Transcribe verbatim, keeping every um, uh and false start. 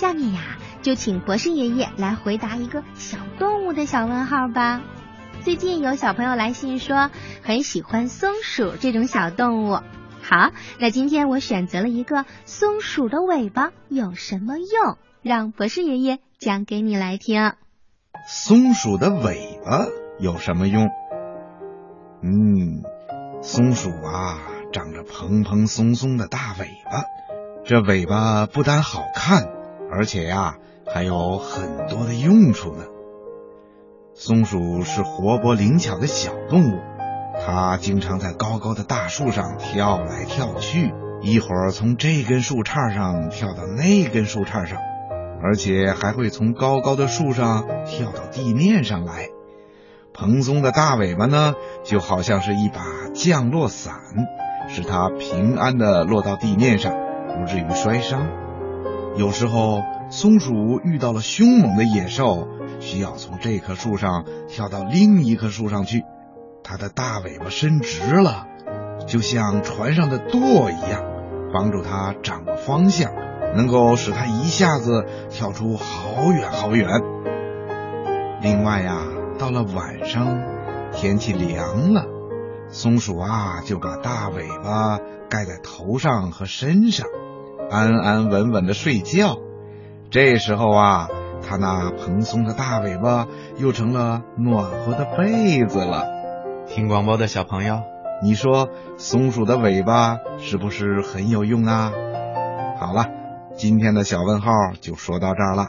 下面呀，就请博士爷爷来回答一个小动物的小问号吧。最近有小朋友来信说很喜欢松鼠这种小动物。好，那今天我选择了一个松鼠的尾巴有什么用，让博士爷爷讲给你来听。 松鼠的尾巴有什么用？嗯，松鼠啊，长着蓬蓬松松的大尾巴，这尾巴不但好看，而且呀，还有很多的用处呢。松鼠是活泼灵巧的小动物，它经常在高高的大树上跳来跳去，一会儿从这根树杈上跳到那根树杈上，而且还会从高高的树上跳到地面上来。蓬松的大尾巴呢，就好像是一把降落伞，使它平安地落到地面上，不至于摔伤。有时候松鼠遇到了凶猛的野兽，需要从这棵树上跳到另一棵树上去，它的大尾巴伸直了，就像船上的舵一样，帮助它掌握方向，能够使它一下子跳出好远好远。另外呀，到了晚上，天气凉了，松鼠啊就把大尾巴盖在头上和身上，安安稳稳地睡觉。这时候啊，它那蓬松的大尾巴又成了暖和的被子了。 听广播的小朋友， 你说松鼠的尾巴是不是很有用啊？好了，今天的小问号就说到这儿了。